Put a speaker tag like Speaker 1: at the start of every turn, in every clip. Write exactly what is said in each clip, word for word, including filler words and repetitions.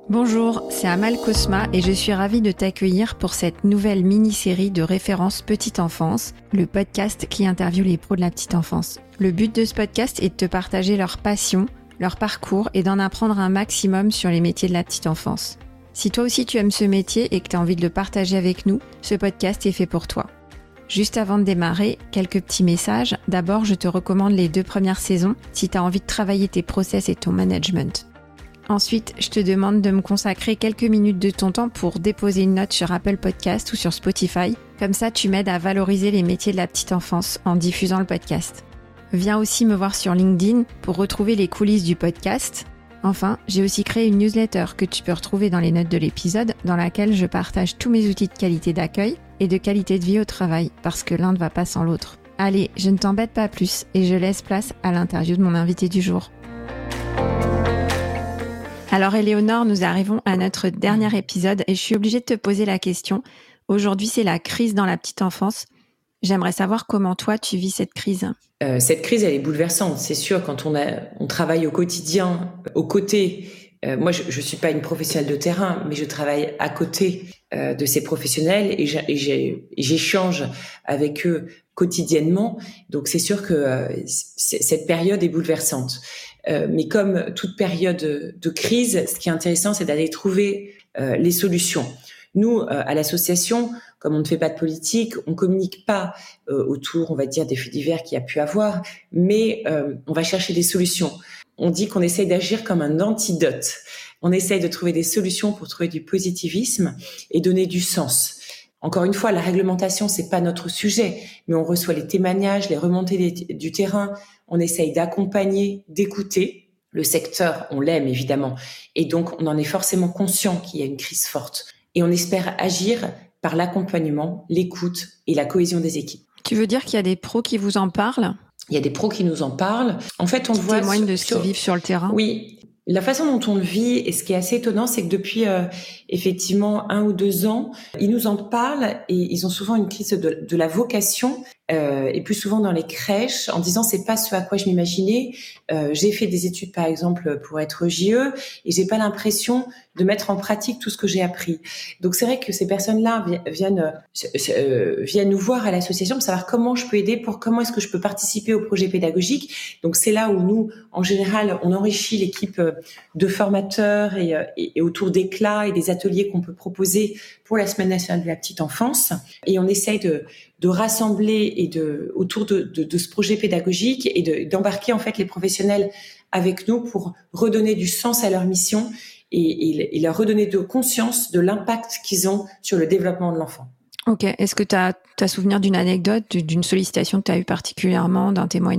Speaker 1: Bonjour, c'est Amal Cosma et je suis ravie de t'accueillir pour cette nouvelle mini-série de références petite enfance, le podcast qui interviewe les pros de la petite enfance. Le but de ce podcast est de te partager leur passion, leur parcours et d'en apprendre un maximum sur les métiers de la petite enfance. Si toi aussi tu aimes ce métier et que tu as envie de le partager avec nous, ce podcast est fait pour toi. Juste avant de démarrer, quelques petits messages. D'abord, je te recommande les deux premières saisons si tu as envie de travailler tes process et ton management. Ensuite, je te demande de me consacrer quelques minutes de ton temps pour déposer une note sur Apple Podcast ou sur Spotify. Comme ça, tu m'aides à valoriser les métiers de la petite enfance en diffusant le podcast. Viens aussi me voir sur LinkedIn pour retrouver les coulisses du podcast. Enfin, j'ai aussi créé une newsletter que tu peux retrouver dans les notes de l'épisode, dans laquelle je partage tous mes outils de qualité d'accueil et de qualité de vie au travail, parce que l'un ne va pas sans l'autre. Allez, je ne t'embête pas plus et je laisse place à l'interview de mon invité du jour. Alors Éléonore, nous arrivons à notre dernier épisode et je suis obligée de te poser la question. Aujourd'hui, c'est la crise dans la petite enfance. J'aimerais savoir comment toi, tu vis cette crise.
Speaker 2: Euh, cette crise, elle est bouleversante. C'est sûr, quand on, a, on travaille au quotidien, aux côtés. Euh, moi, je ne suis pas une professionnelle de terrain, mais je travaille à côté euh, de ces professionnels et, et, j'ai, et j'échange avec eux quotidiennement. Donc, c'est sûr que euh, cette période est bouleversante. Euh, mais comme toute période de crise, ce qui est intéressant, c'est d'aller trouver euh, les solutions. Nous, euh, à l'association, comme on ne fait pas de politique, on communique pas euh, autour, on va dire, des faits divers qu'il y a pu avoir, mais euh, on va chercher des solutions. On dit qu'on essaye d'agir comme un antidote. On essaye de trouver des solutions pour trouver du positivisme et donner du sens. Encore une fois, la réglementation, c'est pas notre sujet, mais on reçoit les témoignages, les remontées des, du terrain. On essaye d'accompagner, d'écouter. Le secteur, on l'aime évidemment, et donc on en est forcément conscient qu'il y a une crise forte. Et on espère agir par l'accompagnement, l'écoute et la cohésion des équipes.
Speaker 1: Tu veux dire qu'il y a des pros qui vous en parlent ?
Speaker 2: Il y a des pros qui nous en parlent. En fait, on
Speaker 1: qui
Speaker 2: voit
Speaker 1: témoignent
Speaker 2: sur,
Speaker 1: de ce qu'ils vivent sur le terrain.
Speaker 2: Oui. La façon dont on le vit, et ce qui est assez étonnant, c'est que depuis euh, effectivement un ou deux ans, ils nous en parlent et ils ont souvent une crise de, de la vocation euh, et plus souvent dans les crèches en disant c'est pas ce à quoi je m'imaginais. Euh, j'ai fait des études par exemple pour être J E et j'ai pas l'impression de mettre en pratique tout ce que j'ai appris. Donc c'est vrai que ces personnes-là viennent euh, viennent nous voir à l'association pour savoir comment je peux aider, pour comment est-ce que je peux participer au projet pédagogique. Donc c'est là où nous, en général, on enrichit l'équipe de formateurs et, et, et autour d'éclats et des ateliers qu'on peut proposer pour la Semaine nationale de la petite enfance. Et on essaye de, de rassembler et de, autour de, de, de ce projet pédagogique et de, d'embarquer en fait les professionnels avec nous pour redonner du sens à leur mission et, et, et leur redonner de conscience de l'impact qu'ils ont sur le développement de l'enfant.
Speaker 1: Ok. Est-ce que tu as souvenir d'une anecdote, d'une sollicitation que tu as eue particulièrement, d'un témoignage ?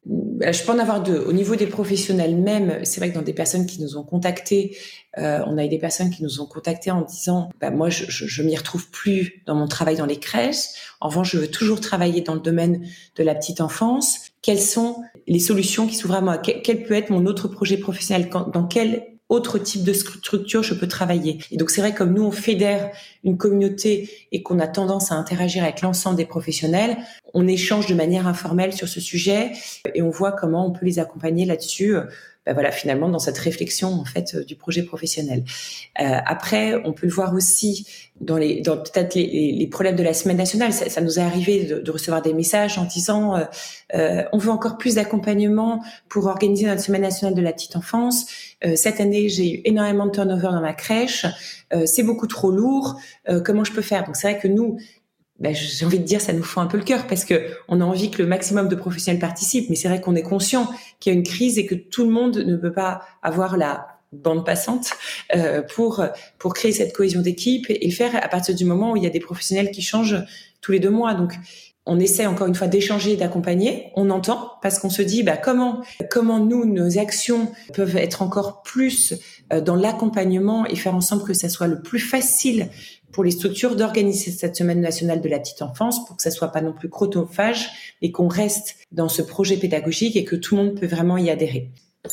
Speaker 2: Je peux en avoir deux. Au niveau des professionnels même, c'est vrai que dans des personnes qui nous ont contactés, euh, on a eu des personnes qui nous ont contactés en disant bah, « moi, je, je, je m'y retrouve plus dans mon travail dans les crèches. En revanche, je veux toujours travailler dans le domaine de la petite enfance. Quelles sont les solutions qui s'ouvrent à moi ? Quel, quel peut être mon autre projet professionnel ? Quand, dans quel autre type de structure je peux travailler ?» Et donc, c'est vrai, comme nous, on fédère une communauté et qu'on a tendance à interagir avec l'ensemble des professionnels, on échange de manière informelle sur ce sujet et on voit comment on peut les accompagner là-dessus, ben voilà, finalement, dans cette réflexion, en fait, du projet professionnel. Euh, après, on peut le voir aussi dans les, dans peut-être les, les problèmes de la Semaine nationale. Ça, ça nous est arrivé de, de recevoir des messages en disant, euh, euh, on veut encore plus d'accompagnement pour organiser notre Semaine nationale de la petite enfance. Euh, cette année, j'ai eu énormément de turnover dans ma crèche. Euh, c'est beaucoup trop lourd. Euh, comment je peux faire ? Donc, c'est vrai que nous, ben, j'ai envie de dire, ça nous fend un peu le cœur parce que on a envie que le maximum de professionnels participent. Mais c'est vrai qu'on est conscient qu'il y a une crise et que tout le monde ne peut pas avoir la bande passante euh, pour pour créer cette cohésion d'équipe et le faire à partir du moment où il y a des professionnels qui changent tous les deux mois. Donc, on essaie encore une fois d'échanger et d'accompagner. On entend parce qu'on se dit bah, comment comment nous, nos actions peuvent être encore plus dans l'accompagnement et faire en sorte que ça soit le plus facile pour les structures d'organiser cette semaine nationale de la petite enfance pour que ça soit pas non plus chronophage et qu'on reste dans ce projet pédagogique et que tout le monde peut vraiment y adhérer.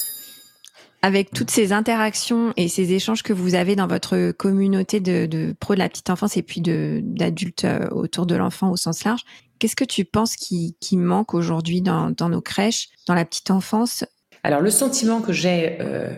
Speaker 1: Avec toutes ces interactions et ces échanges que vous avez dans votre communauté de, de pros de la petite enfance et puis de, d'adultes autour de l'enfant au sens large, qu'est-ce que tu penses qui, qui manque aujourd'hui dans, dans nos crèches, dans la petite enfance ?
Speaker 2: Alors, le sentiment que j'ai... Euh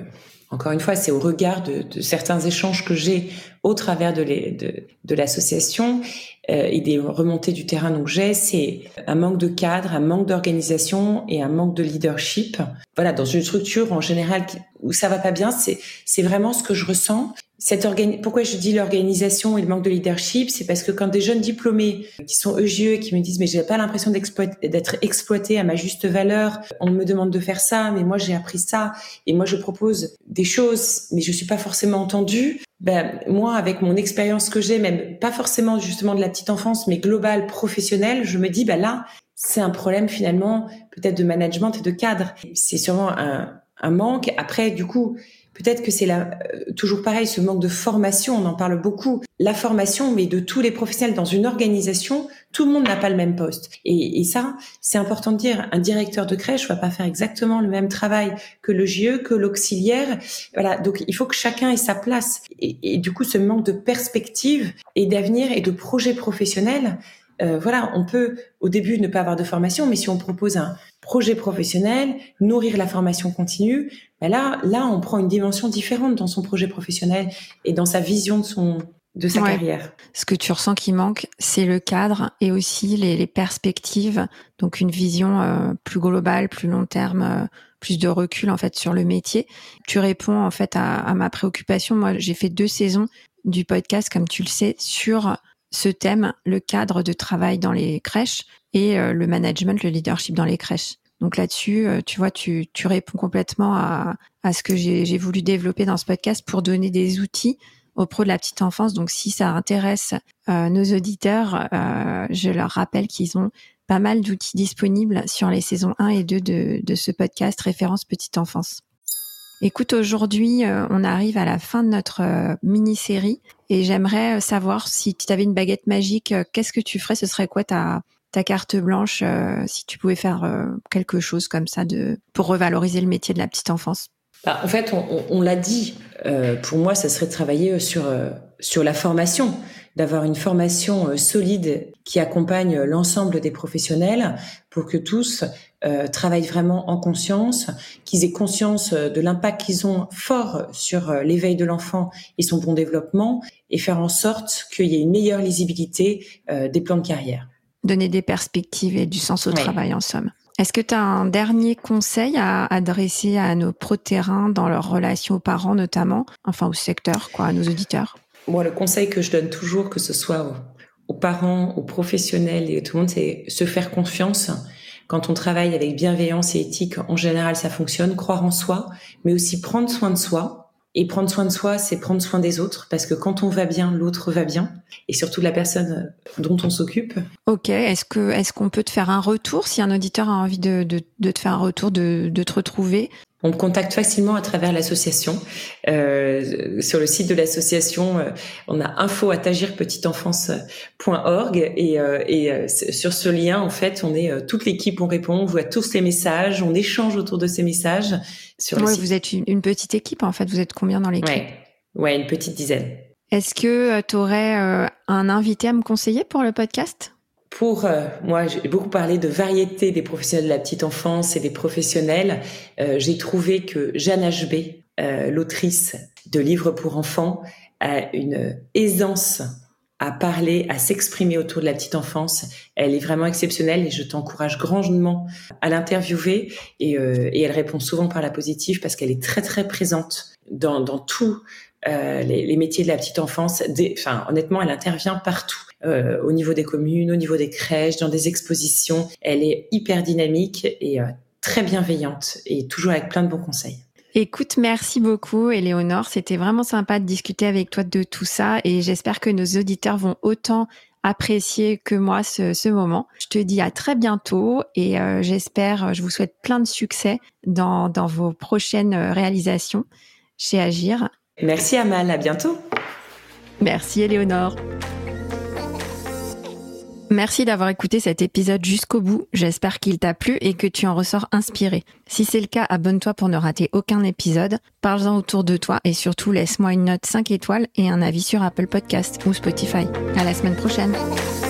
Speaker 2: encore une fois, c'est au regard de, de certains échanges que j'ai au travers de, les, de, de l'association euh, et des remontées du terrain donc j'ai, c'est un manque de cadre, un manque d'organisation et un manque de leadership. Voilà, dans une structure en général où ça va pas bien, c'est, c'est vraiment ce que je ressens. Cette organi- Pourquoi je dis l'organisation et le manque de leadership, c'est parce que quand des jeunes diplômés qui sont E J E et qui me disent mais j'ai pas l'impression d'exploiter, d'être exploité à ma juste valeur, on me demande de faire ça, mais moi j'ai appris ça et moi je propose des choses, mais je suis pas forcément entendue. Ben moi avec mon expérience que j'ai, même pas forcément justement de la petite enfance, mais globale, professionnelle, je me dis ben là c'est un problème finalement peut-être de management et de cadre. C'est sûrement un, un manque. Après du coup. Peut-être que c'est la, euh, toujours pareil, ce manque de formation, on en parle beaucoup. La formation, mais de tous les professionnels dans une organisation, tout le monde n'a pas le même poste. Et, et ça, c'est important de dire. Un directeur de crèche va pas faire exactement le même travail que le J E, que l'auxiliaire. Voilà. Donc, il faut que chacun ait sa place. Et, et du coup, ce manque de perspective et d'avenir et de projet professionnel, euh, voilà, on peut au début ne pas avoir de formation, mais si on propose un projet professionnel, nourrir la formation continue, ben là, là, on prend une dimension différente dans son projet professionnel et dans sa vision de son, de sa
Speaker 1: ouais.
Speaker 2: carrière.
Speaker 1: Ce que tu ressens qui manque, c'est le cadre et aussi les, les perspectives. Donc, une vision euh, plus globale, plus long terme, euh, plus de recul, en fait, sur le métier. Tu réponds, en fait, à, à ma préoccupation. Moi, j'ai fait deux saisons du podcast, comme tu le sais, sur ce thème, le cadre de travail dans les crèches et euh, le management, le leadership dans les crèches. Donc là-dessus, euh, tu vois, tu, tu réponds complètement à, à ce que j'ai, j'ai voulu développer dans ce podcast pour donner des outils aux pros de la petite enfance. Donc si ça intéresse euh, nos auditeurs, euh, je leur rappelle qu'ils ont pas mal d'outils disponibles sur les saisons un et deux de, de ce podcast Référence Petite Enfance. Écoute, aujourd'hui, euh, on arrive à la fin de notre euh, mini-série et j'aimerais savoir si tu avais une baguette magique, euh, qu'est-ce que tu ferais? Ce serait quoi ta, ta carte blanche euh, si tu pouvais faire euh, quelque chose comme ça de, pour revaloriser le métier de la petite enfance?
Speaker 2: Bah, en fait, on, on, on l'a dit. Euh, pour moi, ça serait de travailler sur euh, sur la formation, d'avoir une formation euh, solide qui accompagne l'ensemble des professionnels pour que tous euh, travaillent vraiment en conscience, qu'ils aient conscience de l'impact qu'ils ont fort sur euh, l'éveil de l'enfant et son bon développement, et faire en sorte qu'il y ait une meilleure lisibilité euh, des plans de carrière.
Speaker 1: Donner des perspectives et du sens au
Speaker 2: Ouais.
Speaker 1: travail, en somme. Est-ce que tu as un dernier conseil à adresser à nos pros de terrain dans leur relation aux parents notamment, enfin au secteur, quoi, à nos auditeurs?
Speaker 2: Moi, le conseil que je donne toujours, que ce soit aux, aux parents, aux professionnels et à tout le monde, c'est se faire confiance. Quand on travaille avec bienveillance et éthique, en général, ça fonctionne. Croire en soi, mais aussi prendre soin de soi. Et prendre soin de soi, c'est prendre soin des autres, parce que quand on va bien, l'autre va bien, et surtout la personne dont on s'occupe.
Speaker 1: Ok, est-ce que est-ce qu'on peut te faire un retour si un auditeur a envie de, de, de te faire un retour, de, de te retrouver?
Speaker 2: On me contacte facilement à travers l'association. Euh, sur le site de l'association, euh, on a info arobase agir petite enfance point org et, euh, et euh, sur ce lien, en fait, on est euh, toute l'équipe, on répond, on voit tous les messages, on échange autour de ces messages sur le
Speaker 1: Ouais,
Speaker 2: site.
Speaker 1: vous êtes une, une petite équipe en fait. Vous êtes combien dans l'équipe?
Speaker 2: Ouais, ouais, une petite dizaine.
Speaker 1: Est-ce que tu aurais euh, un invité à me conseiller pour le podcast?
Speaker 2: Pour euh, moi, j'ai beaucoup parlé de variété des professionnels de la petite enfance et des professionnels. Euh, j'ai trouvé que Jeanne H B, euh, l'autrice de livres pour enfants, a une aisance à parler, à s'exprimer autour de la petite enfance. Elle est vraiment exceptionnelle et je t'encourage grandement à l'interviewer. Et, euh, et elle répond souvent par la positive parce qu'elle est très très présente dans, dans tous euh, les, les métiers de la petite enfance. Des, enfin, honnêtement, elle intervient partout. Euh, au niveau des communes, au niveau des crèches, dans des expositions. Elle est hyper dynamique et euh, très bienveillante et toujours avec plein de bons conseils.
Speaker 1: Écoute, merci beaucoup, Éléonore. C'était vraiment sympa de discuter avec toi de tout ça et j'espère que nos auditeurs vont autant apprécier que moi ce, ce moment. Je te dis à très bientôt et euh, j'espère, je vous souhaite plein de succès dans, dans vos prochaines réalisations chez Agir.
Speaker 2: Merci Amal, à bientôt.
Speaker 1: Merci Éléonore. Merci d'avoir écouté cet épisode jusqu'au bout. J'espère qu'il t'a plu et que tu en ressors inspiré. Si c'est le cas, abonne-toi pour ne rater aucun épisode. Parle-en autour de toi et surtout laisse-moi une note cinq étoiles et un avis sur Apple Podcast ou Spotify. À la semaine prochaine.